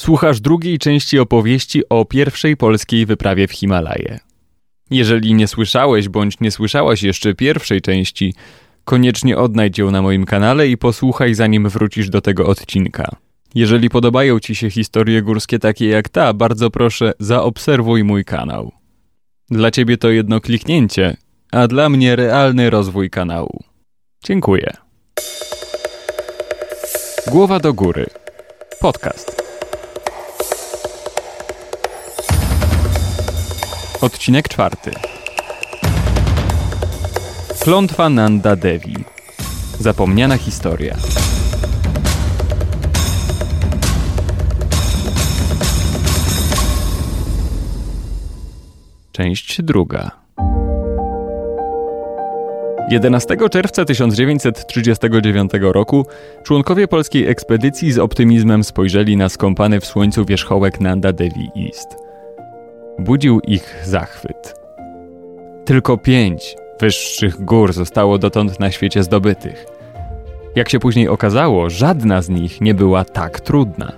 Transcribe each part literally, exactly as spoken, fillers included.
Słuchasz drugiej części opowieści o pierwszej polskiej wyprawie w Himalaje. Jeżeli nie słyszałeś bądź nie słyszałaś jeszcze pierwszej części, koniecznie odnajdź ją na moim kanale i posłuchaj, zanim wrócisz do tego odcinka. Jeżeli podobają Ci się historie górskie takie jak ta, bardzo proszę, zaobserwuj mój kanał. Dla Ciebie to jedno kliknięcie, a dla mnie realny rozwój kanału. Dziękuję. Głowa do góry. Podcast. Odcinek czwarty. Klątwa Nanda Devi. Zapomniana historia. Część druga. jedenastego czerwca tysiąc dziewięćset trzydziestego dziewiątego roku członkowie polskiej ekspedycji z optymizmem spojrzeli na skąpany w słońcu wierzchołek Nanda Devi East. Budził ich zachwyt. Tylko pięć wyższych gór zostało dotąd na świecie zdobytych. Jak się później okazało, żadna z nich nie była tak trudna.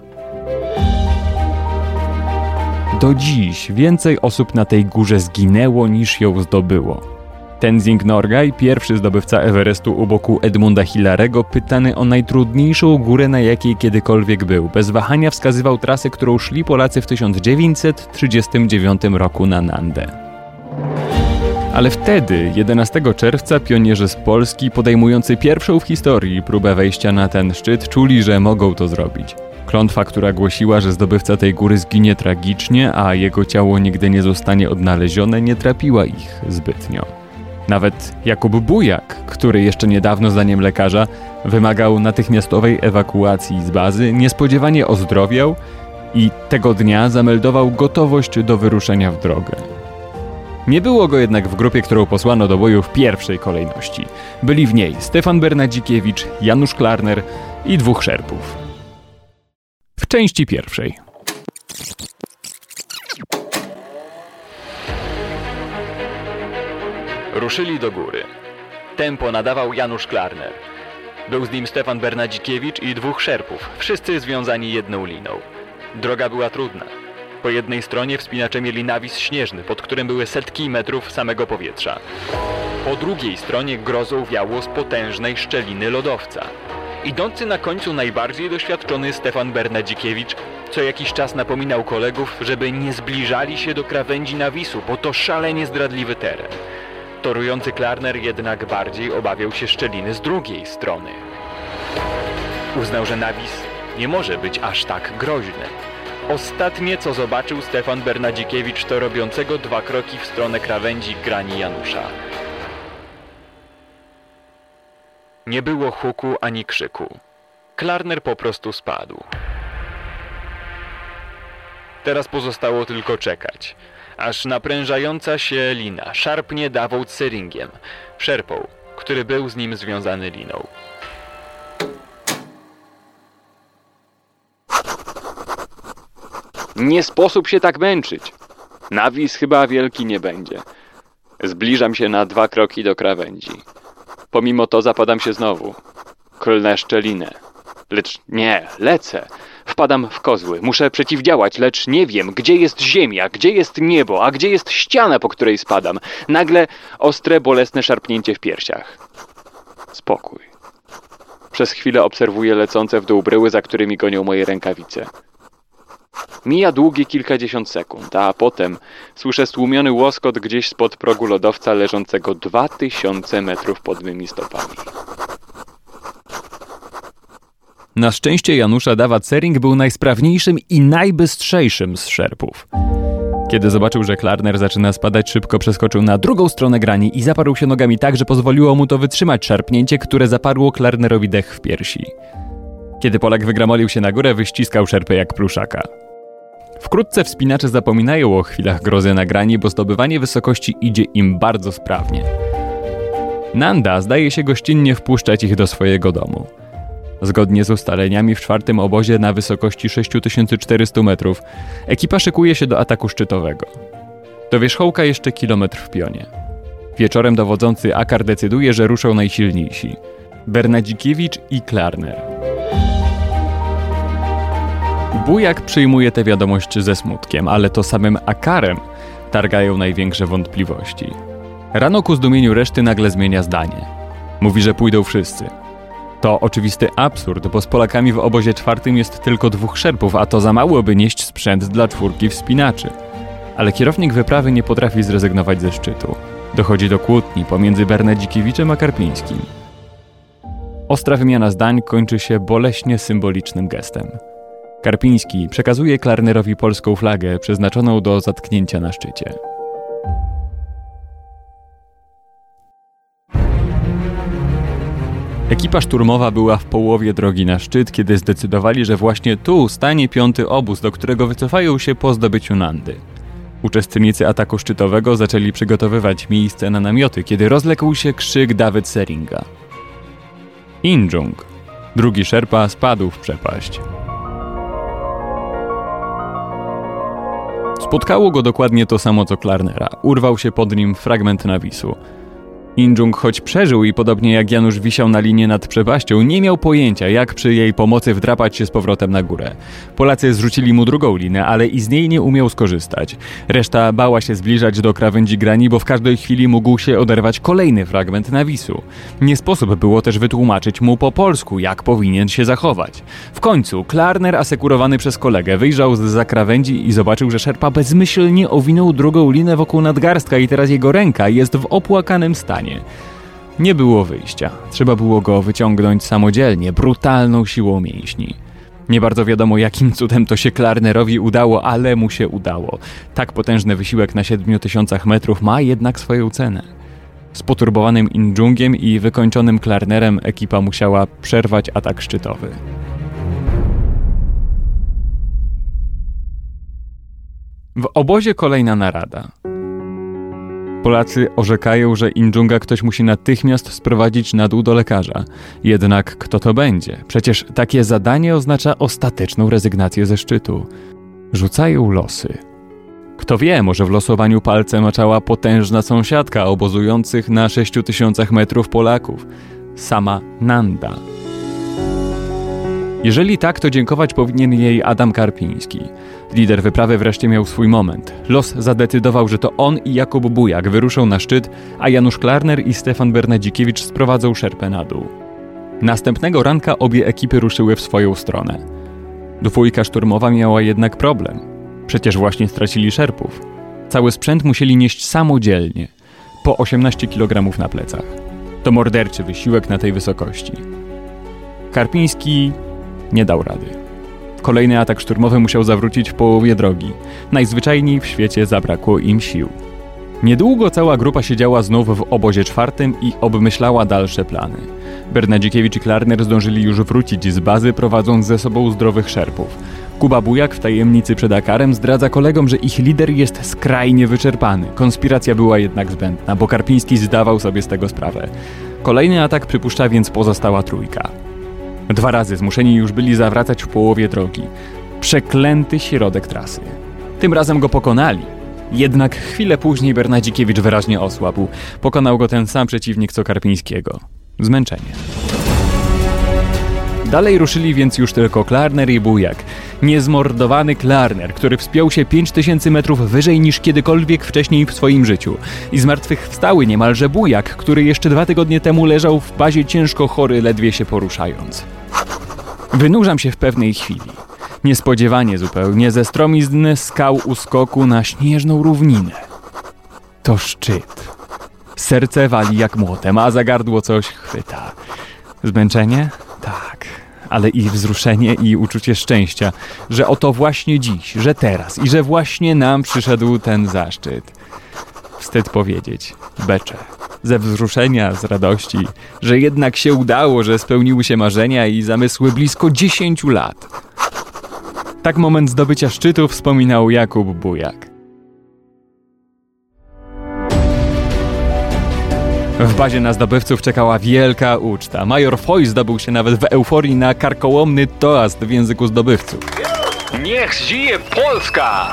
Do dziś więcej osób na tej górze zginęło niż ją zdobyło. Tenzing Norgay, pierwszy zdobywca Everestu u boku Edmunda Hillarego, pytany o najtrudniejszą górę, na jakiej kiedykolwiek był, bez wahania wskazywał trasę, którą szli Polacy w tysiąc dziewięćset trzydziestym dziewiątym roku na Nandę. Ale wtedy, jedenastego czerwca, pionierzy z Polski, podejmujący pierwszą w historii próbę wejścia na ten szczyt, czuli, że mogą to zrobić. Klątwa, która głosiła, że zdobywca tej góry zginie tragicznie, a jego ciało nigdy nie zostanie odnalezione, nie trapiła ich zbytnio. Nawet Jakub Bujak, który jeszcze niedawno, zdaniem lekarza, wymagał natychmiastowej ewakuacji z bazy, niespodziewanie ozdrowiał i tego dnia zameldował gotowość do wyruszenia w drogę. Nie było go jednak w grupie, którą posłano do boju w pierwszej kolejności. Byli w niej Stefan Bernadzikiewicz, Janusz Klarner i dwóch Szerpów. W części pierwszej. Ruszyli do góry. Tempo nadawał Janusz Klarner. Był z nim Stefan Bernadzikiewicz i dwóch Szerpów, wszyscy związani jedną liną. Droga była trudna. Po jednej stronie wspinacze mieli nawis śnieżny, pod którym były setki metrów samego powietrza. Po drugiej stronie grozą wiało z potężnej szczeliny lodowca. Idący na końcu najbardziej doświadczony Stefan Bernadzikiewicz co jakiś czas napominał kolegów, żeby nie zbliżali się do krawędzi nawisu, bo to szalenie zdradliwy teren. Torujący Klarner jednak bardziej obawiał się szczeliny z drugiej strony. Uznał, że nawis nie może być aż tak groźny. Ostatnie, co zobaczył Stefan Bernadzikiewicz, to robiącego dwa kroki w stronę krawędzi grani Janusza. Nie było huku ani krzyku. Klarner po prostu spadł. Teraz pozostało tylko czekać, aż naprężająca się lina szarpnie Davoud-Seringiem, Szerpą, który był z nim związany liną. Nie sposób się tak męczyć. Nawis chyba wielki nie będzie. Zbliżam się na dwa kroki do krawędzi. Pomimo to zapadam się znowu. Klnę szczelinę. Lecz nie, lecę. Wpadam w kozły. Muszę przeciwdziałać, lecz nie wiem, gdzie jest ziemia, gdzie jest niebo, a gdzie jest ściana, po której spadam. Nagle ostre, bolesne szarpnięcie w piersiach. Spokój. Przez chwilę obserwuję lecące w dół bryły, za którymi gonią moje rękawice. Mija długie kilkadziesiąt sekund, a potem słyszę stłumiony łoskot gdzieś spod progu lodowca leżącego dwa tysiące metrów pod mymi stopami. Na szczęście Janusza Davoud-Sering był najsprawniejszym i najbystrzejszym z Szerpów. Kiedy zobaczył, że Klarner zaczyna spadać, szybko przeskoczył na drugą stronę grani i zaparł się nogami tak, że pozwoliło mu to wytrzymać szarpnięcie, które zaparło Klarnerowi dech w piersi. Kiedy Polak wygramolił się na górę, wyściskał Szerpę jak pluszaka. Wkrótce wspinacze zapominają o chwilach grozy na grani, bo zdobywanie wysokości idzie im bardzo sprawnie. Nanda zdaje się gościnnie wpuszczać ich do swojego domu. Zgodnie z ustaleniami w czwartym obozie na wysokości sześć tysięcy czterysta metrów ekipa szykuje się do ataku szczytowego. Do wierzchołka jeszcze kilometr w pionie. Wieczorem dowodzący Akar decyduje, że ruszą najsilniejsi – Bernadzikiewicz i Klarner. Bujak przyjmuje tę wiadomość ze smutkiem, ale to samym Akarem targają największe wątpliwości. Rano ku zdumieniu reszty nagle zmienia zdanie. Mówi, że pójdą wszyscy. To oczywisty absurd, bo z Polakami w obozie czwartym jest tylko dwóch szerpów, a to za mało, by nieść sprzęt dla czwórki wspinaczy. Ale kierownik wyprawy nie potrafi zrezygnować ze szczytu. Dochodzi do kłótni pomiędzy Bernadzikiewiczem a Karpińskim. Ostra wymiana zdań kończy się boleśnie symbolicznym gestem. Karpiński przekazuje Klarnerowi polską flagę przeznaczoną do zatknięcia na szczycie. Ekipa szturmowa była w połowie drogi na szczyt, kiedy zdecydowali, że właśnie tu stanie piąty obóz, do którego wycofają się po zdobyciu Nandy. Uczestnicy ataku szczytowego zaczęli przygotowywać miejsce na namioty, kiedy rozległ się krzyk Dawid Seringa. Injung, drugi szerpa, spadł w przepaść. Spotkało go dokładnie to samo co Klarnera. Urwał się pod nim fragment nawisu. Injung, choć przeżył i podobnie jak Janusz wisiał na linie nad przepaścią, nie miał pojęcia, jak przy jej pomocy wdrapać się z powrotem na górę. Polacy zrzucili mu drugą linę, ale i z niej nie umiał skorzystać. Reszta bała się zbliżać do krawędzi grani, bo w każdej chwili mógł się oderwać kolejny fragment nawisu. Nie sposób było też wytłumaczyć mu po polsku, jak powinien się zachować. W końcu Klarner, asekurowany przez kolegę, wyjrzał zza krawędzi i zobaczył, że szerpa bezmyślnie owinął drugą linę wokół nadgarstka i teraz jego ręka jest w opłakanym stanie. Nie było wyjścia. Trzeba było go wyciągnąć samodzielnie, brutalną siłą mięśni. Nie bardzo wiadomo, jakim cudem to się Klarnerowi udało, ale mu się udało. Tak potężny wysiłek na siedmiu tysiącach metrów ma jednak swoją cenę. Z poturbowanym Injungiem i wykończonym Klarnerem ekipa musiała przerwać atak szczytowy. W obozie kolejna narada. Polacy orzekają, że Injunga ktoś musi natychmiast sprowadzić na dół do lekarza. Jednak kto to będzie? Przecież takie zadanie oznacza ostateczną rezygnację ze szczytu. Rzucają losy. Kto wie, może w losowaniu palce maczała potężna sąsiadka obozujących na sześciu tysiącach metrów Polaków. Sama Nanda. Jeżeli tak, to dziękować powinien jej Adam Karpiński. Lider wyprawy wreszcie miał swój moment. Los zadecydował, że to on i Jakub Bujak wyruszą na szczyt, a Janusz Klarner i Stefan Bernadzikiewicz sprowadzą szerpę na dół. Następnego ranka obie ekipy ruszyły w swoją stronę. Dwójka szturmowa miała jednak problem. Przecież właśnie stracili szerpów. Cały sprzęt musieli nieść samodzielnie, po osiemnaście kilogramów na plecach. To morderczy wysiłek na tej wysokości. Karpiński nie dał rady. Kolejny atak szturmowy musiał zawrócić w połowie drogi. Najzwyczajniej w świecie zabrakło im sił. Niedługo cała grupa siedziała znów w obozie czwartym i obmyślała dalsze plany. Bernadzikiewicz i Klarner zdążyli już wrócić z bazy, prowadząc ze sobą zdrowych szerpów. Kuba Bujak w tajemnicy przed Akarem zdradza kolegom, że ich lider jest skrajnie wyczerpany. Konspiracja była jednak zbędna, bo Karpiński zdawał sobie z tego sprawę. Kolejny atak przypuszcza więc pozostała trójka. Dwa razy zmuszeni już byli zawracać w połowie drogi. Przeklęty środek trasy. Tym razem go pokonali. Jednak chwilę później Bernadzikiewicz wyraźnie osłabł. Pokonał go ten sam przeciwnik co Karpińskiego. Zmęczenie. Dalej ruszyli więc już tylko Klarner i Bujak. Niezmordowany Klarner, który wspiął się pięć tysięcy metrów wyżej niż kiedykolwiek wcześniej w swoim życiu. I zmartwychwstały niemalże Bujak, który jeszcze dwa tygodnie temu leżał w bazie ciężko chory, ledwie się poruszając. Wynurzam się w pewnej chwili. Niespodziewanie zupełnie ze stromizny skał u skoku na śnieżną równinę. To szczyt. Serce wali jak młotem, a za gardło coś chwyta. Zmęczenie? Tak. Ale i wzruszenie i uczucie szczęścia, że oto właśnie dziś, że teraz i że właśnie nam przyszedł ten zaszczyt. Wstyd powiedzieć, beczę. Ze wzruszenia, z radości, że jednak się udało, że spełniły się marzenia i zamysły blisko dziesięciu lat. Tak moment zdobycia szczytu wspominał Jakub Bujak. W bazie na zdobywców czekała wielka uczta. Major Foy zdobył się nawet w euforii na karkołomny toast w języku zdobywców. Niech żyje Polska!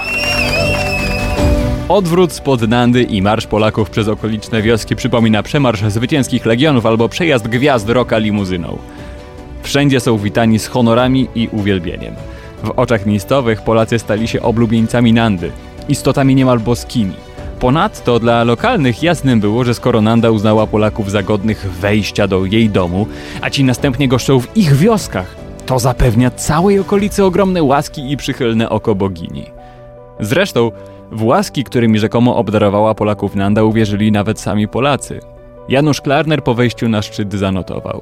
Odwrót spod Nandy i marsz Polaków przez okoliczne wioski przypomina przemarsz zwycięskich legionów albo przejazd gwiazd rocka limuzyną. Wszędzie są witani z honorami i uwielbieniem. W oczach miejscowych Polacy stali się oblubieńcami Nandy, istotami niemal boskimi. Ponadto dla lokalnych jasnym było, że skoro Nanda uznała Polaków za godnych wejścia do jej domu, a ci następnie goszczą w ich wioskach, to zapewnia całej okolicy ogromne łaski i przychylne oko bogini. Zresztą w łaski, którymi rzekomo obdarowała Polaków Nanda, uwierzyli nawet sami Polacy. Janusz Klarner po wejściu na szczyt zanotował: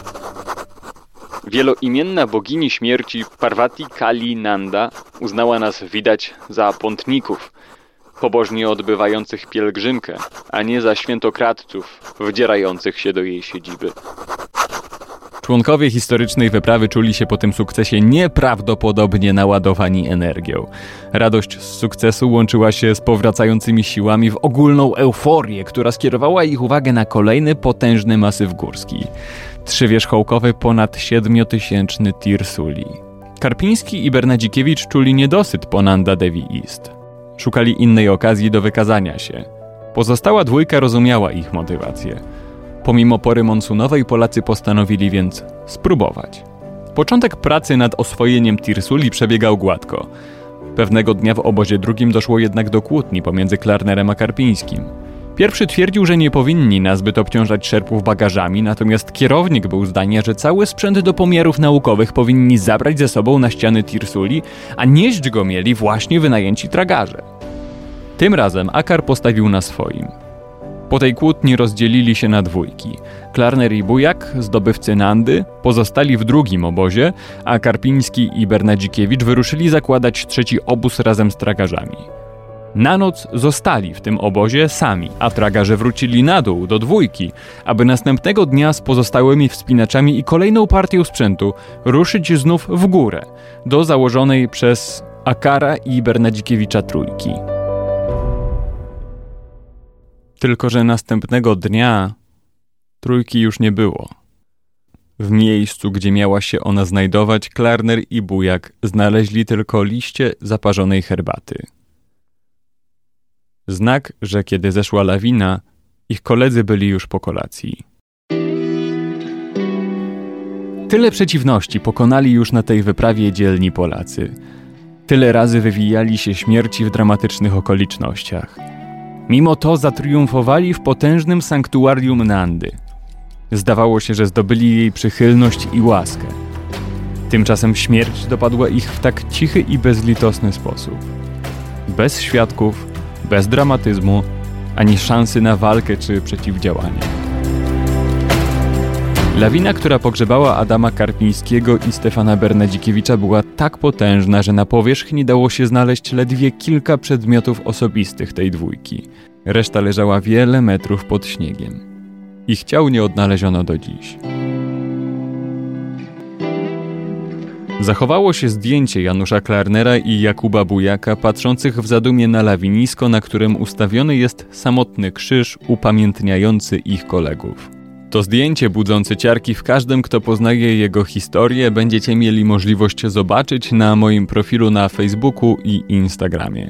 Wieloimienna bogini śmierci Parvati Kali Nanda uznała nas, widać, za pątników, pobożnie odbywających pielgrzymkę, a nie za świętokradców wdzierających się do jej siedziby. Członkowie historycznej wyprawy czuli się po tym sukcesie nieprawdopodobnie naładowani energią. Radość z sukcesu łączyła się z powracającymi siłami w ogólną euforię, która skierowała ich uwagę na kolejny potężny masyw górski. Trzywierzchołkowy, ponad siedmiotysięczny Tir Suli. Karpiński i Bernadzikiewicz czuli niedosyt po Nanda Devi East. Szukali innej okazji do wykazania się. Pozostała dwójka rozumiała ich motywację. Pomimo pory monsunowej Polacy postanowili więc spróbować. Początek pracy nad oswojeniem Tir Suli przebiegał gładko. Pewnego dnia w obozie drugim doszło jednak do kłótni pomiędzy Klarnerem a Karpińskim. Pierwszy twierdził, że nie powinni nazbyt obciążać szerpów bagażami, natomiast kierownik był zdania, że cały sprzęt do pomiarów naukowych powinni zabrać ze sobą na ściany Tir Suli, a nieść go mieli właśnie wynajęci tragarze. Tym razem Akar postawił na swoim. Po tej kłótni rozdzielili się na dwójki. Klarner i Bujak, zdobywcy Nandy, pozostali w drugim obozie, a Karpiński i Bernadzikiewicz wyruszyli zakładać trzeci obóz razem z tragarzami. Na noc zostali w tym obozie sami, a tragarze wrócili na dół do dwójki, aby następnego dnia z pozostałymi wspinaczami i kolejną partią sprzętu ruszyć znów w górę, do założonej przez Akara i Bernadzikiewicza trójki. Tylko że następnego dnia trójki już nie było. W miejscu, gdzie miała się ona znajdować, Klarner i Bujak znaleźli tylko liście zaparzonej herbaty. Znak, że kiedy zeszła lawina, ich koledzy byli już po kolacji. Tyle przeciwności pokonali już na tej wyprawie dzielni Polacy. Tyle razy wywijali się śmierci w dramatycznych okolicznościach. Mimo to zatriumfowali w potężnym sanktuarium Nandy. Zdawało się, że zdobyli jej przychylność i łaskę. Tymczasem śmierć dopadła ich w tak cichy i bezlitosny sposób. Bez świadków, bez dramatyzmu, ani szansy na walkę czy przeciwdziałanie. Lawina, która pogrzebała Adama Karpińskiego i Stefana Bernadzikiewicza, była tak potężna, że na powierzchni dało się znaleźć ledwie kilka przedmiotów osobistych tej dwójki. Reszta leżała wiele metrów pod śniegiem. Ich ciał nie odnaleziono do dziś. Zachowało się zdjęcie Janusza Klarnera i Jakuba Bujaka patrzących w zadumie na lawinisko, na którym ustawiony jest samotny krzyż upamiętniający ich kolegów. To zdjęcie budzące ciarki w każdym, kto poznaje jego historię, będziecie mieli możliwość zobaczyć na moim profilu na Facebooku i Instagramie.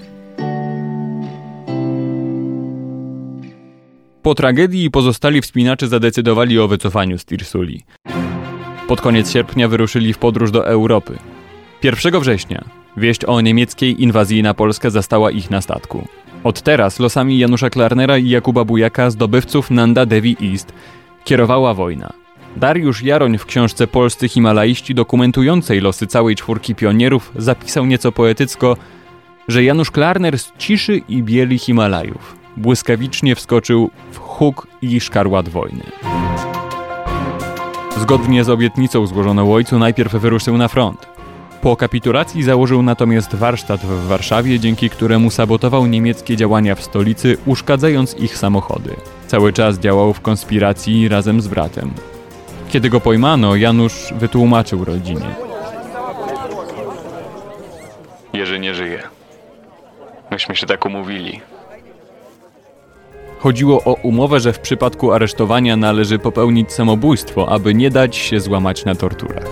Po tragedii pozostali wspinacze zadecydowali o wycofaniu z Tir Suli. Pod koniec sierpnia wyruszyli w podróż do Europy. pierwszego września wieść o niemieckiej inwazji na Polskę zastała ich na statku. Od teraz losami Janusza Klarnera i Jakuba Bujaka, zdobywców Nanda Devi East, kierowała wojna. Dariusz Jaroń w książce Polscy Himalaiści dokumentującej losy całej czwórki pionierów zapisał nieco poetycko, że Janusz Klarner z ciszy i bieli Himalajów błyskawicznie wskoczył w huk i szkarłat wojny. Zgodnie z obietnicą złożoną ojcu najpierw wyruszył na front. Po kapitulacji założył natomiast warsztat w Warszawie, dzięki któremu sabotował niemieckie działania w stolicy, uszkadzając ich samochody. Cały czas działał w konspiracji razem z bratem. Kiedy go pojmano, Janusz wytłumaczył rodzinie. Jerzy nie żyje. Myśmy się tak umówili. Chodziło o umowę, że w przypadku aresztowania należy popełnić samobójstwo, aby nie dać się złamać na torturach.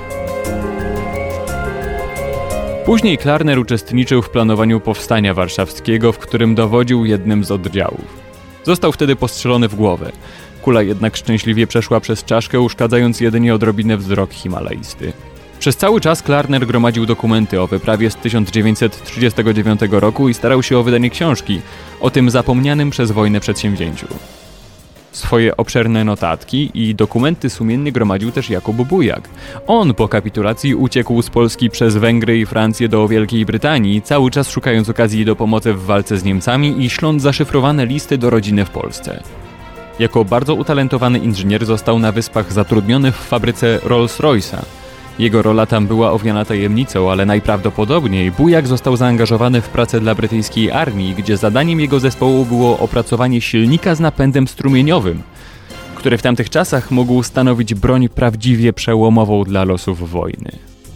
Później Klarner uczestniczył w planowaniu powstania warszawskiego, w którym dowodził jednym z oddziałów. Został wtedy postrzelony w głowę. Kula jednak szczęśliwie przeszła przez czaszkę, uszkadzając jedynie odrobinę wzrok Himalajsty. Przez cały czas Klarner gromadził dokumenty o wyprawie z tysiąc dziewięćset trzydziestego dziewiątego roku i starał się o wydanie książki o tym zapomnianym przez wojnę przedsięwzięciu. Swoje obszerne notatki i dokumenty sumiennie gromadził też Jakub Bujak. On po kapitulacji uciekł z Polski przez Węgry i Francję do Wielkiej Brytanii, cały czas szukając okazji do pomocy w walce z Niemcami i śląc zaszyfrowane listy do rodziny w Polsce. Jako bardzo utalentowany inżynier został na Wyspach zatrudniony w fabryce Rolls-Royce'a. Jego rola tam była owiana tajemnicą, ale najprawdopodobniej Bujak został zaangażowany w pracę dla brytyjskiej armii, gdzie zadaniem jego zespołu było opracowanie silnika z napędem strumieniowym, który w tamtych czasach mógł stanowić broń prawdziwie przełomową dla losów wojny.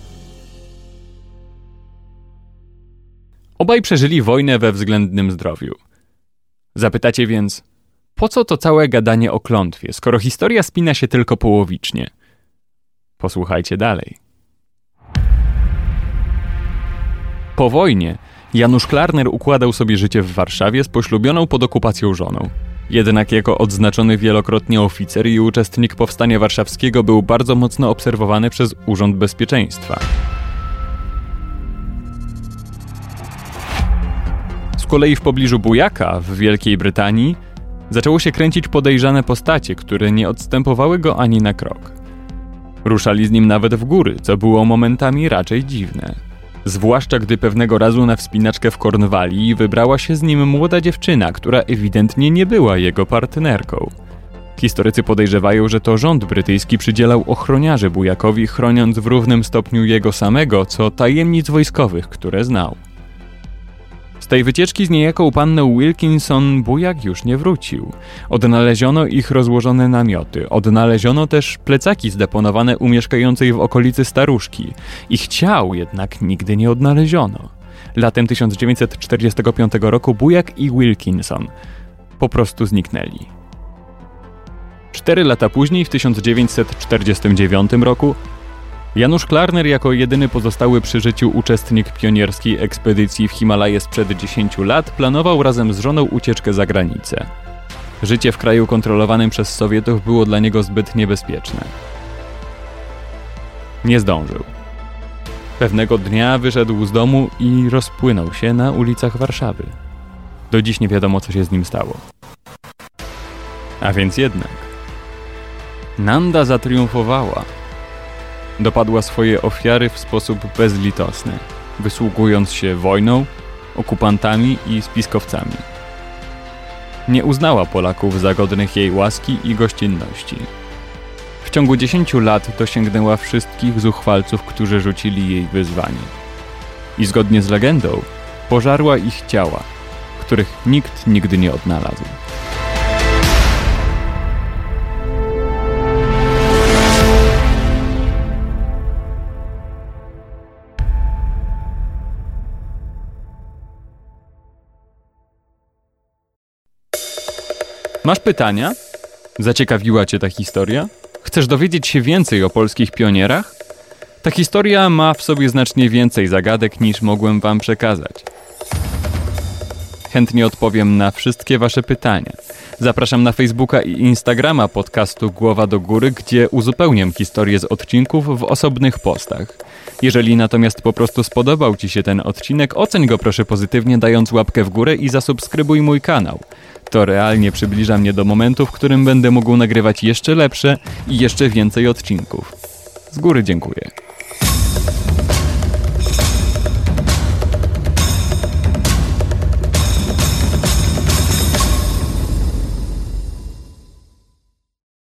Obaj przeżyli wojnę we względnym zdrowiu. Zapytacie więc, po co to całe gadanie o klątwie, skoro historia spina się tylko połowicznie? Posłuchajcie dalej. Po wojnie Janusz Klarner układał sobie życie w Warszawie z poślubioną pod okupacją żoną. Jednak jako odznaczony wielokrotnie oficer i uczestnik Powstania Warszawskiego był bardzo mocno obserwowany przez Urząd Bezpieczeństwa. Z kolei w pobliżu Bujaka w Wielkiej Brytanii zaczęło się kręcić podejrzane postacie, które nie odstępowały go ani na krok. Ruszali z nim nawet w góry, co było momentami raczej dziwne. Zwłaszcza gdy pewnego razu na wspinaczkę w Kornwalii wybrała się z nim młoda dziewczyna, która ewidentnie nie była jego partnerką. Historycy podejrzewają, że to rząd brytyjski przydzielał ochroniarzy Bujakowi, chroniąc w równym stopniu jego samego, co tajemnic wojskowych, które znał. Z tej wycieczki z niejaką panną Wilkinson Bujak już nie wrócił. Odnaleziono ich rozłożone namioty, odnaleziono też plecaki zdeponowane u mieszkającej w okolicy staruszki. Ich ciał jednak nigdy nie odnaleziono. Latem tysiąc dziewięćset czterdziestego piątego roku Bujak i Wilkinson po prostu zniknęli. Cztery lata później, w tysiąc dziewięćset czterdziestym dziewiątym roku, Janusz Klarner jako jedyny pozostały przy życiu uczestnik pionierskiej ekspedycji w Himalaje sprzed dziesięciu lat planował razem z żoną ucieczkę za granicę. Życie w kraju kontrolowanym przez Sowietów było dla niego zbyt niebezpieczne. Nie zdążył. Pewnego dnia wyszedł z domu i rozpłynął się na ulicach Warszawy. Do dziś nie wiadomo, co się z nim stało. A więc jednak Nanda zatriumfowała. Dopadła swoje ofiary w sposób bezlitosny, wysługując się wojną, okupantami i spiskowcami. Nie uznała Polaków za godnych jej łaski i gościnności. W ciągu dziesięciu lat dosięgnęła wszystkich zuchwalców, którzy rzucili jej wyzwanie. I zgodnie z legendą pożarła ich ciała, których nikt nigdy nie odnalazł. Masz pytania? Zaciekawiła Cię ta historia? Chcesz dowiedzieć się więcej o polskich pionierach? Ta historia ma w sobie znacznie więcej zagadek, niż mogłem Wam przekazać. Chętnie odpowiem na wszystkie Wasze pytania. Zapraszam na Facebooka i Instagrama podcastu Głowa do Góry, gdzie uzupełniam historię z odcinków w osobnych postach. Jeżeli natomiast po prostu spodobał Ci się ten odcinek, oceń go proszę pozytywnie, dając łapkę w górę i zasubskrybuj mój kanał. To realnie przybliża mnie do momentu, w którym będę mógł nagrywać jeszcze lepsze i jeszcze więcej odcinków. Z góry dziękuję.